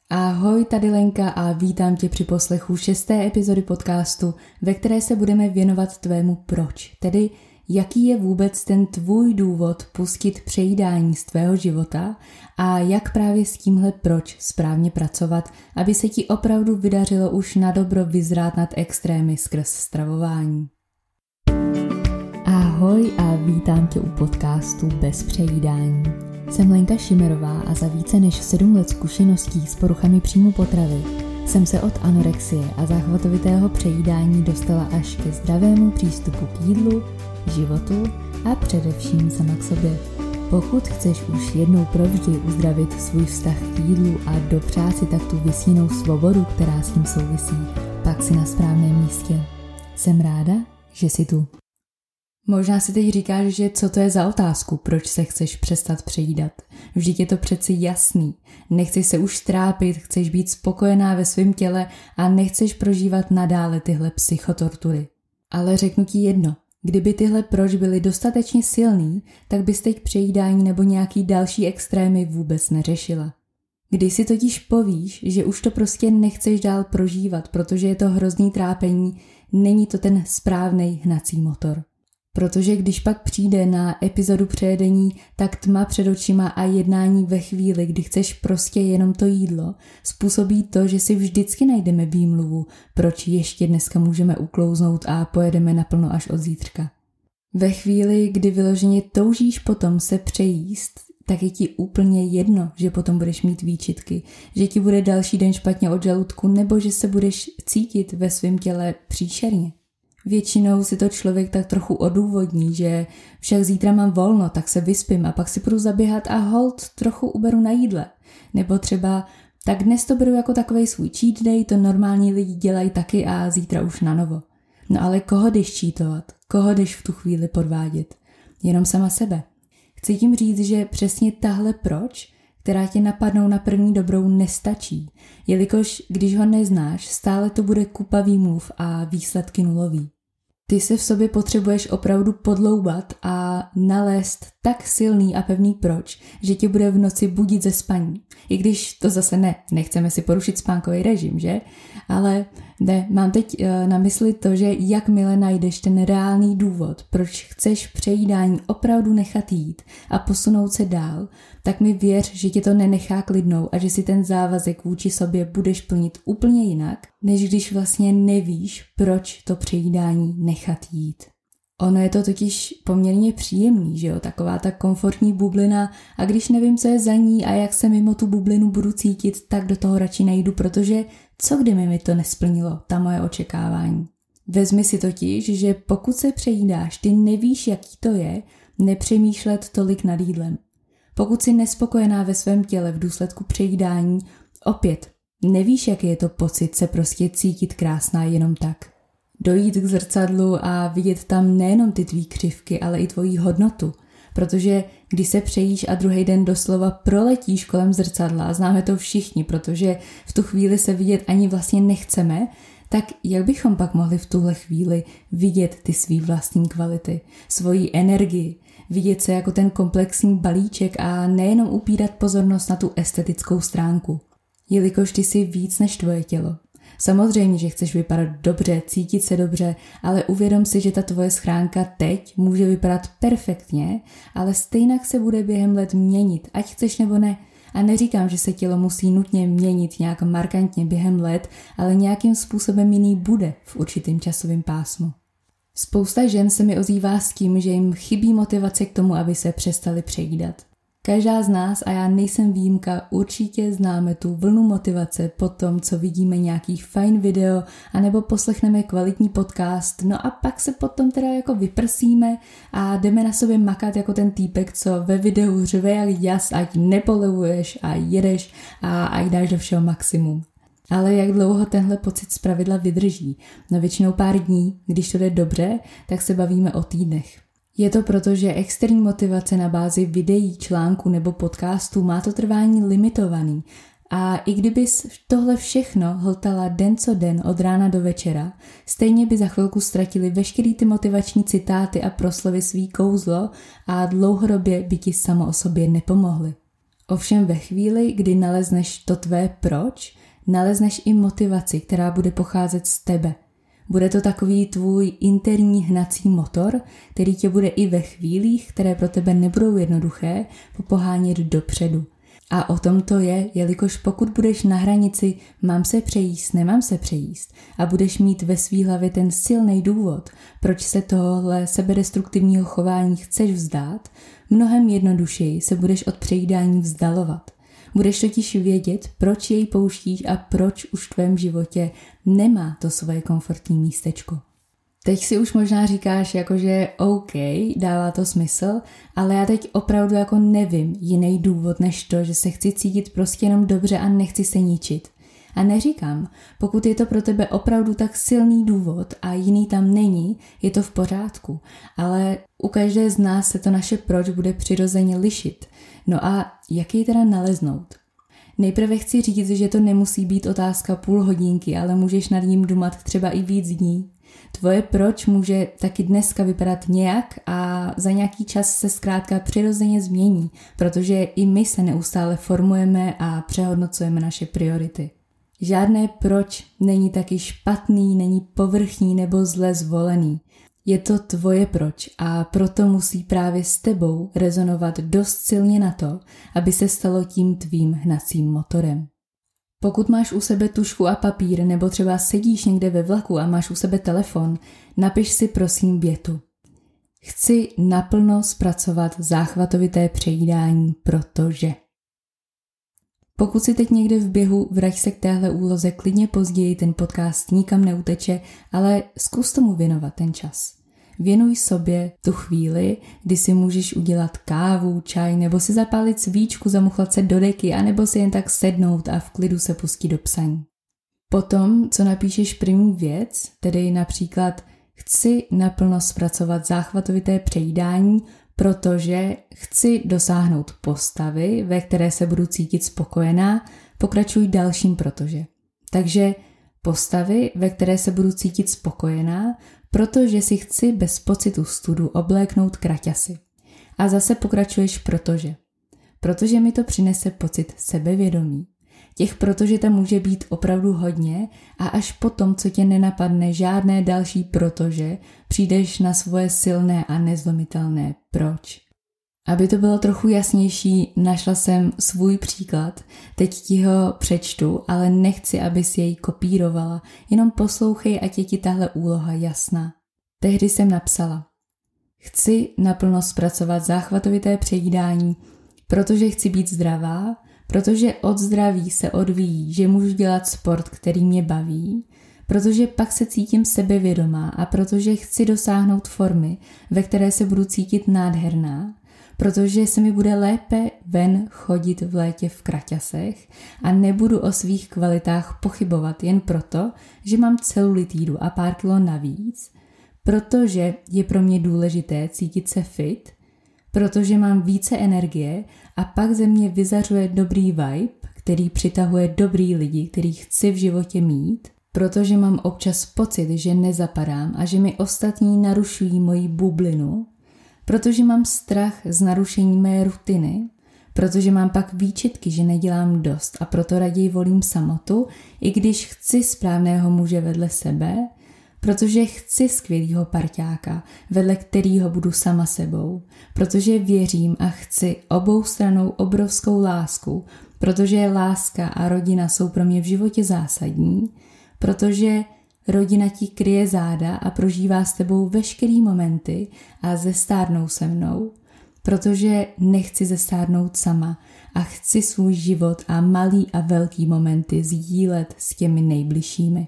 Ahoj, tady Lenka a vítám tě při poslechu 6. epizody podcastu, ve které se budeme věnovat tvému proč, tedy jaký je vůbec ten tvůj důvod pustit přejídání z tvého života a jak právě s tímhle proč správně pracovat, aby se ti opravdu vydařilo už na dobro vyzrát nad extrémy skrz stravování. Ahoj a vítám tě u podcastu Bez přejídání. Jsem Lenka Šimerová a za více než 7 let zkušeností s poruchami příjmu potravy jsem se od anorexie a záchvatovitého přejídání dostala až ke zdravému přístupu k jídlu, životu a především sama k sobě. Pokud chceš už jednou provždy uzdravit svůj vztah k jídlu a dopřát si tak tu vysněnou svobodu, která s tím souvisí, pak si na správném místě. Jsem ráda, že jsi tu. Možná si teď říkáš, že co to je za otázku, proč se chceš přestat přejídat. Vždyť je to přeci jasný. Nechceš se už trápit, chceš být spokojená ve svém těle a nechceš prožívat nadále tyhle psychotortury. Ale řeknu ti jedno, kdyby tyhle proč byly dostatečně silný, tak bys teď přejídání nebo nějaký další extrémy vůbec neřešila. Když si totiž povíš, že už to prostě nechceš dál prožívat, protože je to hrozný trápení, není to ten správnej hnací motor. Protože když pak přijde na epizodu přejedení, tak tma před očima a jednání ve chvíli, kdy chceš prostě jenom to jídlo, způsobí to, že si vždycky najdeme výmluvu, proč ještě dneska můžeme uklouznout a pojedeme naplno až od zítřka. Ve chvíli, kdy vyloženě toužíš potom se přejíst, tak je ti úplně jedno, že potom budeš mít výčitky, že ti bude další den špatně od žaludku nebo že se budeš cítit ve svém těle příšerně. Většinou si to člověk tak trochu odůvodní, že však zítra mám volno, tak se vyspím a pak si půjdu zaběhat a hold trochu uberu na jídle. Nebo třeba tak dnes to beru jako takovej svůj cheat day, to normální lidi dělají taky a zítra už na novo. No ale koho jdeš cheatovat? Koho jdeš v tu chvíli podvádět? Jenom sama sebe. Chci tím říct, že přesně tahle proč, která tě napadnou na první dobrou, nestačí, jelikož když ho neznáš, stále to bude kupa výmluv a výsledky nulový. Ty se v sobě potřebuješ opravdu podloubat a nalézt tak silný a pevný proč, že tě bude v noci budit ze spaní. I když to zase nechceme si porušit spánkový režim, že? Ale mám teď na mysli to, že jakmile najdeš ten reálný důvod, proč chceš přejídání opravdu nechat jít a posunout se dál, tak mi věř, že tě to nenechá klidnou a že si ten závazek vůči sobě budeš plnit úplně jinak, než když vlastně nevíš, proč to přejídání nechat jít. Ono je to totiž poměrně příjemný, že jo, taková ta komfortní bublina a když nevím, co je za ní a jak se mimo tu bublinu budu cítit, tak do toho radši nejdu, protože co kdyby mi to nesplnilo, ta moje očekávání. Vezmi si totiž, že pokud se přejídáš, ty nevíš, jaký to je, nepřemýšlet tolik nad jídlem. Pokud jsi nespokojená ve svém těle v důsledku přejídání, opět nevíš, jaký je to pocit se prostě cítit krásná jenom tak. Dojít k zrcadlu a vidět tam nejenom ty tvý křivky, ale i tvoji hodnotu. Protože když se přejíš a druhý den doslova proletíš kolem zrcadla, a známe to všichni, protože v tu chvíli se vidět ani vlastně nechceme, tak jak bychom pak mohli v tuhle chvíli vidět ty svý vlastní kvality, svoji energii, vidět se jako ten komplexní balíček a nejenom upírat pozornost na tu estetickou stránku. Jelikož ty jsi víc než tvoje tělo. Samozřejmě, že chceš vypadat dobře, cítit se dobře, ale uvědom si, že ta tvoje schránka teď může vypadat perfektně, ale stejnak se bude během let měnit, ať chceš nebo ne. A neříkám, že se tělo musí nutně měnit nějak markantně během let, ale nějakým způsobem jiný bude v určitém časovém pásmu. Spousta žen se mi ozývá s tím, že jim chybí motivace k tomu, aby se přestali přejídat. Každá z nás, a já nejsem výjimka, určitě známe tu vlnu motivace po tom, co vidíme nějaký fajn video, anebo poslechneme kvalitní podcast, no a pak se potom teda jako vyprsíme a jdeme na sobě makat jako ten týpek, co ve videu řve jak jas, ať nepolevuješ a jedeš a ať dáš do všeho maximum. Ale jak dlouho tenhle pocit zpravidla vydrží? No většinou pár dní, když to jde dobře, tak se bavíme o týdnech. Je to proto, že externí motivace na bázi videí, článků nebo podcastů má to trvání limitovaný a i kdybys tohle všechno hltala den co den od rána do večera, stejně by za chvilku ztratili veškerý ty motivační citáty a proslovy svý kouzlo a dlouhodobě by ti samo o sobě nepomohly. Ovšem ve chvíli, kdy nalezneš to tvé proč, nalezneš i motivaci, která bude pocházet z tebe. Bude to takový tvůj interní hnací motor, který tě bude i ve chvílích, které pro tebe nebudou jednoduché, pohánět dopředu. A o tom to je, jelikož pokud budeš na hranici mám se přejíst, nemám se přejíst a budeš mít ve svý hlavě ten silný důvod, proč se tohohle sebedestruktivního chování chceš vzdát, mnohem jednodušeji se budeš od přejídání vzdalovat. Budeš totiž vědět, proč jej pouštíš a proč už v tvém životě nemá to svoje komfortní místečko. Teď si už možná říkáš, jakože OK, dává to smysl, ale já teď opravdu jako nevím jiný důvod než to, že se chci cítit prostě jenom dobře a nechci se ničit. A neříkám, pokud je to pro tebe opravdu tak silný důvod a jiný tam není, je to v pořádku, ale u každé z nás se to naše proč bude přirozeně lišit. No a jak jej teda naleznout? Nejprve chci říct, že to nemusí být otázka půl hodinky, ale můžeš nad ním dumat třeba i víc dní. Tvoje proč může taky dneska vypadat nějak a za nějaký čas se zkrátka přirozeně změní, protože i my se neustále formujeme a přehodnocujeme naše priority. Žádné proč není taky špatný, není povrchní nebo zle zvolený. Je to tvoje proč a proto musí právě s tebou rezonovat dost silně na to, aby se stalo tím tvým hnacím motorem. Pokud máš u sebe tužku a papír nebo třeba sedíš někde ve vlaku a máš u sebe telefon, napiš si prosím větu. Chci naplno zpracovat záchvatovité přejídání, protože... Pokud si teď někde v běhu, vrať se k téhle úloze klidně později, ten podcast nikam neuteče, ale zkus tomu věnovat ten čas. Věnuj sobě tu chvíli, kdy si můžeš udělat kávu, čaj nebo si zapálit svíčku, zamuchlat se do deky anebo si jen tak sednout a v klidu se pustit do psaní. Potom, co napíšeš první věc, tedy například chci naplno zpracovat záchvatovité přejídání, protože chci dosáhnout postavy, ve které se budu cítit spokojená, pokračuj dalším protože. Takže postavy, ve které se budu cítit spokojená, protože si chci bez pocitu studu obléknout kraťasy. A zase pokračuješ protože. Protože mi to přinese pocit sebevědomí. Těch protože tam může být opravdu hodně a až potom, co tě nenapadne žádné další protože, přijdeš na svoje silné a nezlomitelné proč. Aby to bylo trochu jasnější, našla jsem svůj příklad, teď ti ho přečtu, ale nechci, abys jej kopírovala, jenom poslouchej, ať je ti tahle úloha jasná. Tehdy jsem napsala: chci naplno zpracovat záchvatovité přejídání, protože chci být zdravá, protože od zdraví se odvíjí, že můžu dělat sport, který mě baví, protože pak se cítím sebevědomá a protože chci dosáhnout formy, ve které se budu cítit nádherná, protože se mi bude lépe ven chodit v létě v kraťasech a nebudu o svých kvalitách pochybovat jen proto, že mám celulitídu a pár kilo navíc, protože je pro mě důležité cítit se fit, protože mám více energie a pak ze mě vyzařuje dobrý vibe, který přitahuje dobrý lidi, který chci v životě mít, protože mám občas pocit, že nezapadám a že mi ostatní narušují moji bublinu, protože mám strach z narušení mé rutiny, protože mám pak výčitky, že nedělám dost a proto raději volím samotu, i když chci správného muže vedle sebe, protože chci skvělýho parťáka, vedle kterýho budu sama sebou, protože věřím a chci oboustrannou obrovskou lásku, protože láska a rodina jsou pro mě v životě zásadní, protože rodina ti kryje záda a prožívá s tebou veškerý momenty a zestárnou se mnou, protože nechci zestárnout sama a chci svůj život a malý a velký momenty sdílet s těmi nejbližšími.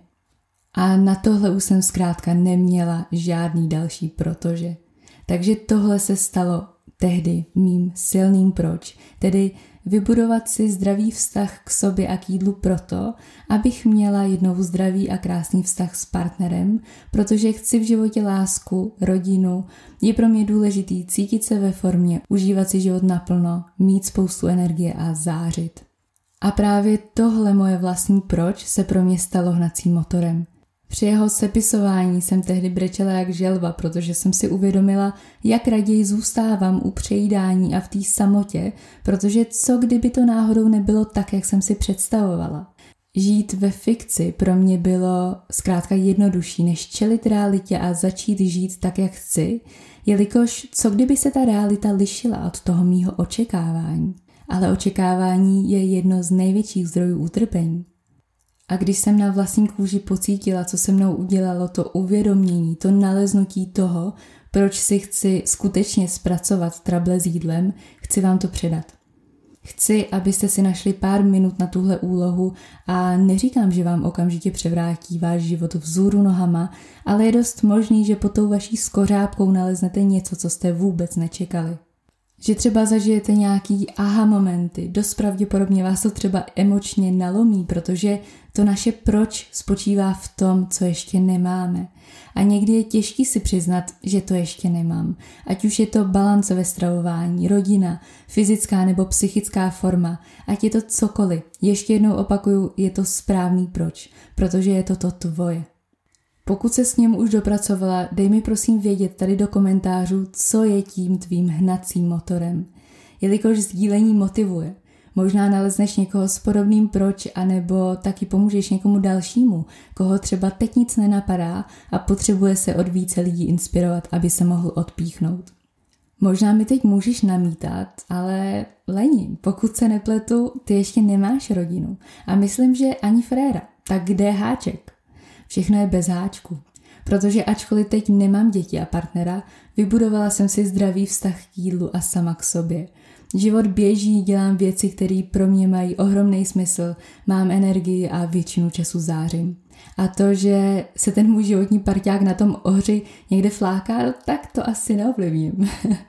A na tohle už jsem zkrátka neměla žádný další protože. Takže tohle se stalo tehdy mým silným proč, tedy vybudovat si zdravý vztah k sobě a k jídlu proto, abych měla jednou zdravý a krásný vztah s partnerem, protože chci v životě lásku, rodinu, je pro mě důležitý cítit se ve formě, užívat si život naplno, mít spoustu energie a zářit. A právě tohle moje vlastní proč se pro mě stalo hnacím motorem. Při jeho sepisování jsem tehdy brečela jak želva, protože jsem si uvědomila, jak raději zůstávám u přejídání a v té samotě, protože co kdyby to náhodou nebylo tak, jak jsem si představovala. Žít ve fikci pro mě bylo zkrátka jednodušší, než čelit realitě a začít žít tak, jak chci, jelikož co kdyby se ta realita lišila od toho mýho očekávání. Ale očekávání je jedno z největších zdrojů utrpení. A když jsem na vlastní kůži pocítila, co se mnou udělalo to uvědomění, to naleznutí toho, proč si chci skutečně zpracovat trable s jídlem, chci vám to předat. Chci, abyste si našli pár minut na tuhle úlohu a neříkám, že vám okamžitě převrátí váš život vzhůru nohama, ale je dost možný, že pod tou vaší skořápkou naleznete něco, co jste vůbec nečekali. Že třeba zažijete nějaký aha momenty, dost pravděpodobně vás to třeba emočně nalomí, protože to naše proč spočívá v tom, co ještě nemáme. A někdy je těžký si přiznat, že to ještě nemám. Ať už je to balance ve stravování, rodina, fyzická nebo psychická forma, ať je to cokoliv. Ještě jednou opakuju, je to správný proč, protože je to tvoje. Pokud se s ním už dopracovala, dej mi prosím vědět tady do komentářů, co je tím tvým hnacím motorem. Jelikož sdílení motivuje. Možná nalezneš někoho s podobným proč, anebo taky pomůžeš někomu dalšímu, koho třeba teď nic nenapadá a potřebuje se od více lidí inspirovat, aby se mohl odpíchnout. Možná mi teď můžeš namítat, ale leni, pokud se nepletu, ty ještě nemáš rodinu. A myslím, že ani fréra. Tak kde je háček? Všechno je bez háčku. Protože ačkoliv teď nemám děti a partnera, vybudovala jsem si zdravý vztah k jídlu a sama k sobě. Život běží, dělám věci, které pro mě mají ohromný smysl, mám energii a většinu času zářím. A to, že se ten můj životní parťák na tom ohři někde fláká, tak to asi neovlivním.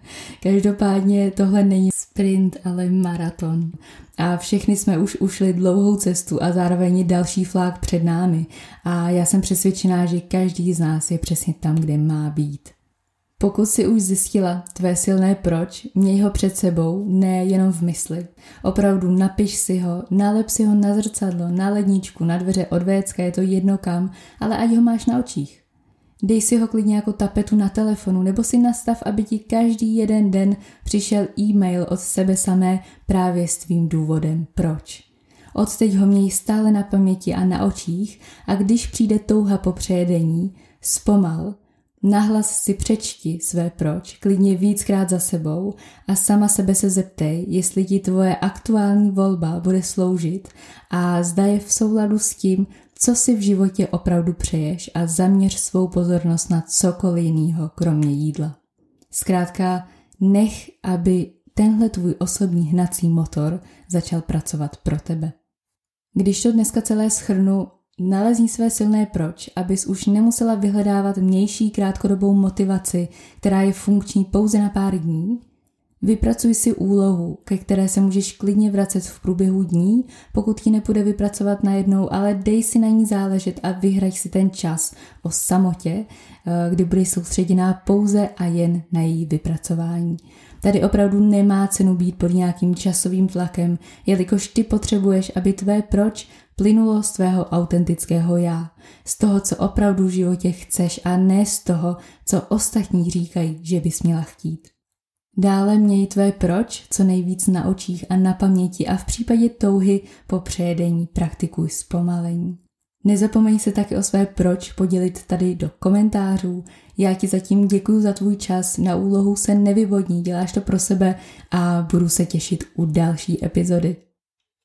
Každopádně tohle není sprint, ale maraton. A všechny jsme už ušli dlouhou cestu a zároveň další flák před námi. A já jsem přesvědčená, že každý z nás je přesně tam, kde má být. Pokud si už zjistila tvé silné proč, měj ho před sebou, ne jenom v mysli. Opravdu napiš si ho, nalep si ho na zrcadlo, na ledničku, na dveře od vécka, je to jedno kam, ale ať ho máš na očích. Dej si ho klidně jako tapetu na telefonu, nebo si nastav, aby ti každý jeden den přišel e-mail od sebe samé právě s tvým důvodem proč. Odteď ho měj stále na paměti a na očích a když přijde touha po přejedení, zpomal, nahlas si přečti své proč, klidně víckrát za sebou a sama sebe se zeptej, jestli ti tvoje aktuální volba bude sloužit a zda je v souladu s tím, co si v životě opravdu přeješ a zaměř svou pozornost na cokoliv jiného, kromě jídla. Zkrátka, nech, aby tenhle tvůj osobní hnací motor začal pracovat pro tebe. Když to dneska celé shrnu, nalezni své silné proč, abys už nemusela vyhledávat vnější krátkodobou motivaci, která je funkční pouze na pár dní. Vypracuj si úlohu, ke které se můžeš klidně vracet v průběhu dní, pokud ti nepůjde vypracovat najednou, ale dej si na ní záležet a vyhraj si ten čas o samotě, kdy budeš soustředěná pouze a jen na její vypracování. Tady opravdu nemá cenu být pod nějakým časovým tlakem, jelikož ty potřebuješ, aby tvé proč plynulo z tvého autentického já, z toho, co opravdu v životě chceš a ne z toho, co ostatní říkají, že bys měla chtít. Dále měj tvé proč co nejvíc na očích a na paměti a v případě touhy po přejedení praktikuj zpomalení. Nezapomeň se taky o své proč podělit tady do komentářů. Já ti zatím děkuju za tvůj čas, na úlohu se nevyvodní, děláš to pro sebe a budu se těšit u další epizody.